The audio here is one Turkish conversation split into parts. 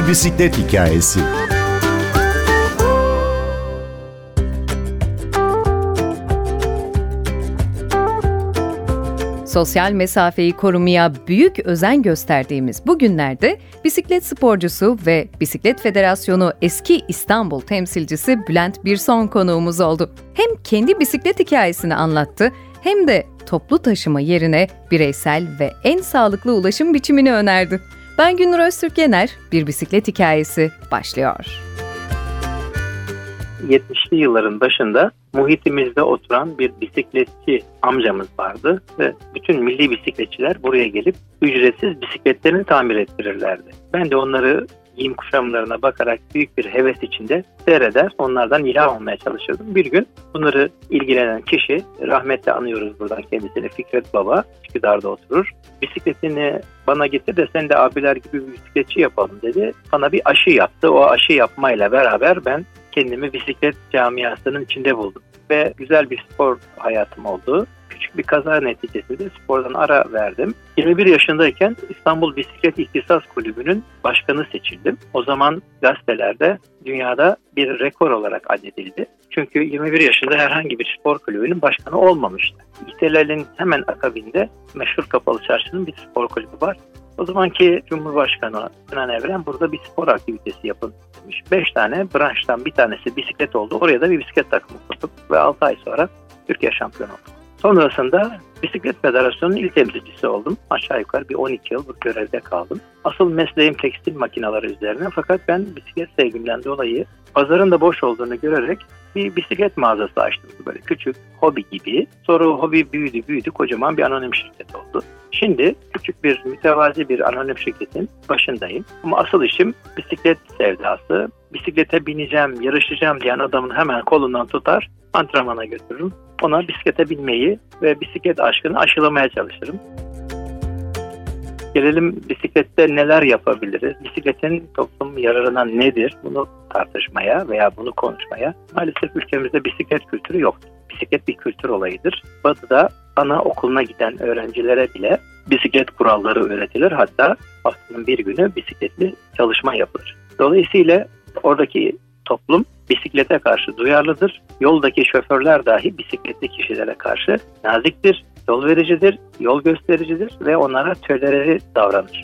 Bir bisiklet hikayesi. Sosyal mesafeyi korumaya büyük özen gösterdiğimiz bu günlerde bisiklet sporcusu ve Bisiklet Federasyonu eski İstanbul temsilcisi Bülent Birson konuğumuz oldu. Hem kendi bisiklet hikayesini anlattı hem de toplu taşıma yerine bireysel ve en sağlıklı ulaşım biçimini önerdi. Ben Gündür Öztürk Yener, Bir Bisiklet Hikayesi başlıyor. 70'li yılların başında muhitimizde oturan bir bisikletçi amcamız vardı ve bütün milli bisikletçiler buraya gelip ücretsiz bisikletlerini tamir ettirirlerdi. Ben de onları giyim kuşamlarına bakarak büyük bir heves içinde seyreder, onlardan ilham almaya çalışırdım. Bir gün bunları ilgilenen kişi, rahmetle anıyoruz buradan kendisini, Fikret Baba, Üsküdar'da oturur. Bisikletini bana getir de sen de abiler gibi bir bisikletçi yapalım dedi. Bana bir aşı yaptı. O aşı yapmayla beraber ben kendimi bisiklet camiasının içinde buldum. Ve güzel bir spor hayatım oldu. Küçük bir kaza neticesinde spordan ara verdim. 21 yaşındayken İstanbul Bisiklet İhtisas Kulübü'nün başkanı seçildim. O zaman gazetelerde dünyada bir rekor olarak addedildi. Çünkü 21 yaşında herhangi bir spor kulübünün başkanı olmamıştı. İhtilalin hemen akabinde meşhur Kapalı Çarşı'nın bir spor kulübü var. O zamanki Cumhurbaşkanı Sinan Evren burada bir spor aktivitesi yapın demiş. 5 tane branştan bir tanesi bisiklet oldu. Oraya da bir bisiklet takımı kurduk ve 6 ay sonra Türkiye şampiyonu olduk. Sonrasında Bisiklet Federasyonu'nun il temsilcisi oldum. Aşağı yukarı bir 12 yıl bu görevde kaldım. Asıl mesleğim tekstil makineleri üzerine, fakat ben bisiklet sevgimden dolayı pazarın da boş olduğunu görerek bir bisiklet mağazası açtım. Böyle küçük, hobi gibi. Sonra hobi büyüdü, kocaman bir anonim şirket oldu. Şimdi küçük bir mütevazi bir anonim şirketin başındayım. Ama asıl işim bisiklet sevdası. Bisiklete bineceğim, yarışacağım diyen adamın hemen kolundan tutar, antrenmana götürürüm. Ona bisiklete binmeyi ve bisiklet aşkını aşılamaya çalışırım. Gelelim bisiklette neler yapabiliriz? Bisikletin toplum yararına nedir? Bunu tartışmaya veya bunu konuşmaya. Maalesef ülkemizde bisiklet kültürü yok. Bisiklet bir kültür olayıdır. Batı'da anaokuluna giden öğrencilere bile bisiklet kuralları öğretilir. Hatta haftanın bir günü bisikletli çalışma yapılır. Dolayısıyla oradaki toplum bisiklete karşı duyarlıdır. Yoldaki şoförler dahi bisikletli kişilere karşı naziktir, yol vericidir, yol göstericidir ve onlara tolere davranır.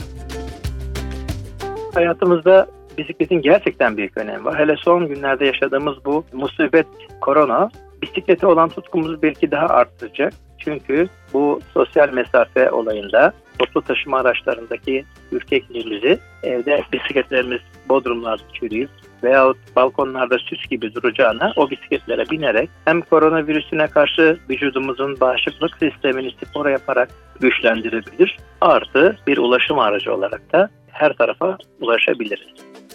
Hayatımızda bisikletin gerçekten büyük önemi var. Hele son günlerde yaşadığımız bu musibet korona, bisiklete olan tutkumuzu belki daha arttıracak. Çünkü bu sosyal mesafe olayında toplu taşıma araçlarındaki ürkekliğimizi, evde bisikletlerimiz bodrumlarda çürüyüp veyahut balkonlarda süs gibi duracağına o bisikletlere binerek hem koronavirüsüne karşı vücudumuzun bağışıklık sistemini spor yaparak güçlendirebilir, artı bir ulaşım aracı olarak da her tarafa ulaşabiliriz.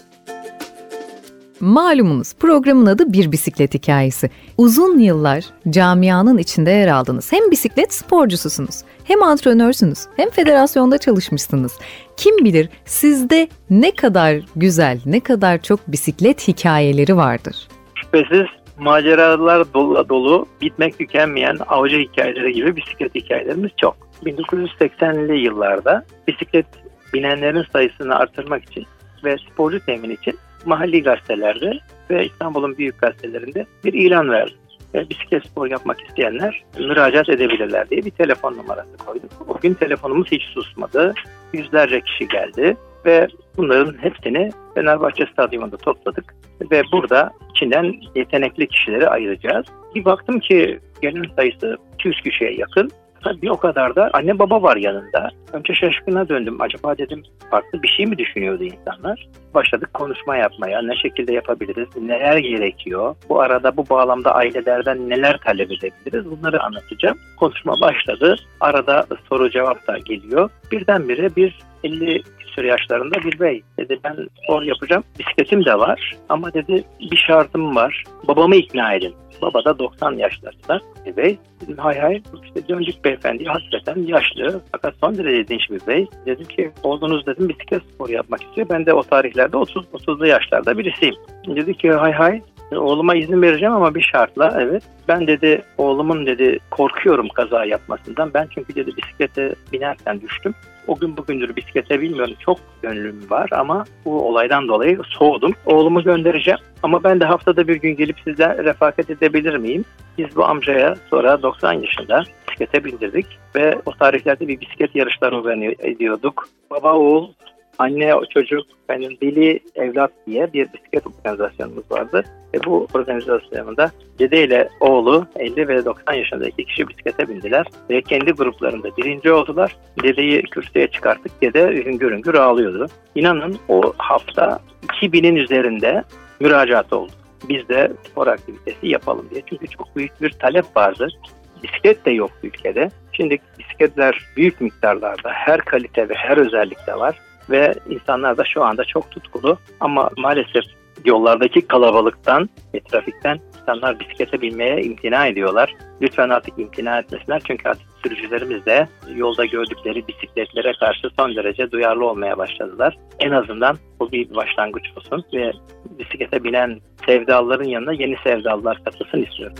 Malumunuz programın adı Bir Bisiklet Hikayesi. Uzun yıllar camianın içinde yer aldınız. Hem bisiklet sporcususunuz, hem antrenörsünüz, hem federasyonda çalışmışsınız. Kim bilir sizde ne kadar güzel, ne kadar çok bisiklet hikayeleri vardır. Şüphesiz maceralar dolu, bitmek tükenmeyen avcı hikayeleri gibi bisiklet hikayelerimiz çok. 1980'li yıllarda bisiklet binenlerin sayısını artırmak için ve sporcu temin için mahalli gazetelerde ve İstanbul'un büyük gazetelerinde bir ilan verdim. Bisiklet spor yapmak isteyenler müracaat edebilirler diye bir telefon numarası koyduk. O gün telefonumuz hiç susmadı. Yüzlerce kişi geldi ve bunların hepsini Fenerbahçe Stadyumu'nda topladık. Ve burada içinden yetenekli kişileri ayıracağız. Bir baktım ki gelen sayısı 200 kişiye yakın. Bir o kadar da anne baba var yanında. Önce şaşkına döndüm. Acaba dedim farklı bir şey mi düşünüyordu insanlar? Başladık konuşma yapmaya. Ne şekilde yapabiliriz? Neler gerekiyor? Bu arada bu bağlamda ailelerden neler talep edebiliriz? Bunları anlatacağım. Konuşma başladı. Arada soru cevap da geliyor. Birdenbire bir 50 küsur yaşlarında bir bey dedi, ben spor yapacağım. Bisikletim de var ama dedi bir şartım var. Babamı ikna edin. Baba da 90 yaşlarında bir bey. Dedim hay işte döndük beyefendi, hakikaten yaşlı fakat son derece dinç bir bey. Dedim ki oğlunuz dedim bisiklet sporu yapmak istiyor. Ben de o tarihlerde 30'lu yaşlarda birisiyim. Dedi ki hay oğluma izin vereceğim ama bir şartla. Evet. Ben dedi oğlumun dedi korkuyorum kaza yapmasından. Ben çünkü dedi bisiklete binerken düştüm. O gün bugündür bisiklete bilmiyorum, çok gönlüm var ama bu olaydan dolayı soğudum. Oğlumu göndereceğim ama ben de haftada bir gün gelip sizle refakat edebilir miyim? Biz bu amcaya sonra 90 yaşında bisiklete bindirdik ve o tarihlerde bir bisiklet yarışları ediyorduk. Baba oğul, anne çocuk, benim deli evlat diye bir bisiklet organizasyonumuz vardı. Ve bu organizasyonda dede ile oğlu 50 ve 90 yaşında 2 kişi bisiklete bindiler. Ve kendi gruplarında birinci oldular. Dedeyi kürsüye çıkarttık. Dede hüngür hüngür ağlıyordu. İnanın o hafta 2000'in üzerinde müracaat oldu. Biz de spor aktivitesi yapalım diye. Çünkü çok büyük bir talep vardı. Bisiklet de yok ülkede. Şimdi bisikletler büyük miktarlarda, her kalite ve her özellikte var. Ve insanlar da şu anda çok tutkulu ama maalesef yollardaki kalabalıktan ve trafikten insanlar bisiklete binmeye imtina ediyorlar. Lütfen artık imtina etmesinler çünkü artık sürücülerimiz de yolda gördükleri bisikletlere karşı son derece duyarlı olmaya başladılar. En azından bu bir başlangıç olsun ve bisiklete binen sevdalıların yanına yeni sevdalılar katılsın istiyorum.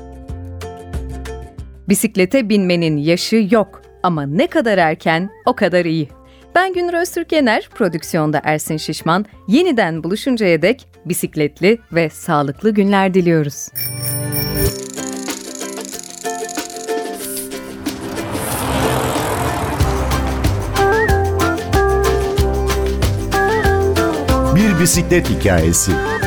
Bisiklete binmenin yaşı yok ama ne kadar erken o kadar iyi. Ben Gündür Öztürk-Yener, prodüksiyonda Ersin Şişman. Yeniden buluşuncaya dek bisikletli ve sağlıklı günler diliyoruz. Bir bisiklet hikayesi.